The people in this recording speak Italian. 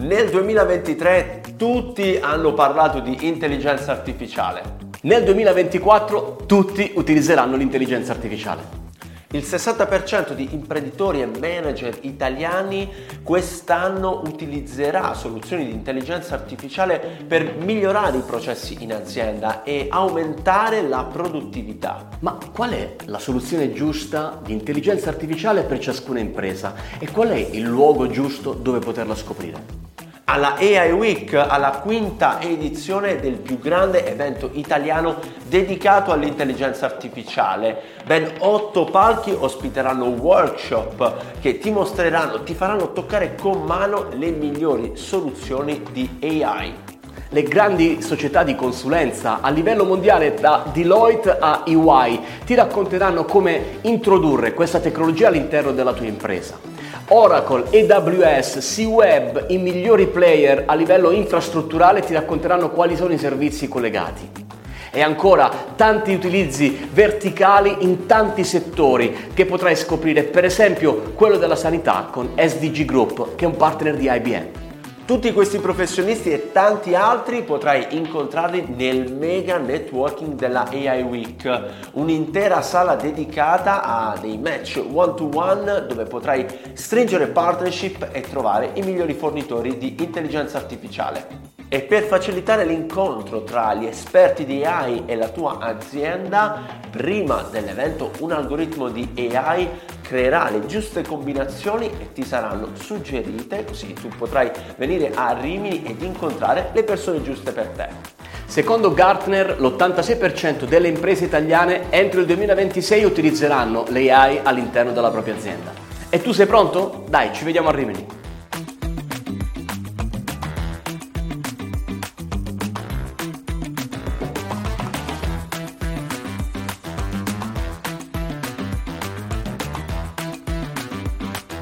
Nel 2023 tutti hanno parlato di intelligenza artificiale. Nel 2024 tutti utilizzeranno l'intelligenza artificiale. Il 60% di imprenditori e manager italiani quest'anno utilizzerà soluzioni di intelligenza artificiale per migliorare i processi in azienda e aumentare la produttività. Ma qual è la soluzione giusta di intelligenza artificiale per ciascuna impresa e qual è il luogo giusto dove poterla scoprire? Alla AI Week, alla quinta edizione del più grande evento italiano dedicato all'intelligenza artificiale. Ben 8 palchi ospiteranno workshop che ti faranno toccare con mano le migliori soluzioni di AI. Le grandi società di consulenza a livello mondiale, da Deloitte a EY, ti racconteranno come introdurre questa tecnologia all'interno della tua impresa. Oracle, AWS, C-Web, i migliori player a livello infrastrutturale ti racconteranno quali sono i servizi collegati. E ancora tanti utilizzi verticali in tanti settori che potrai scoprire, per esempio quello della sanità con SDG Group, che è un partner di IBM. Tutti questi professionisti e tanti altri potrai incontrarli nel mega networking della AI Week, un'intera sala dedicata a dei match one-to-one dove potrai stringere partnership e trovare i migliori fornitori di intelligenza artificiale. E per facilitare l'incontro tra gli esperti di AI e la tua azienda, prima dell'evento un algoritmo di AI creerà le giuste combinazioni e ti saranno suggerite, così tu potrai venire a Rimini ed incontrare le persone giuste per te. Secondo Gartner, l'86% delle imprese italiane entro il 2026 utilizzeranno l'AI all'interno della propria azienda. E tu sei pronto? Dai, ci vediamo a Rimini!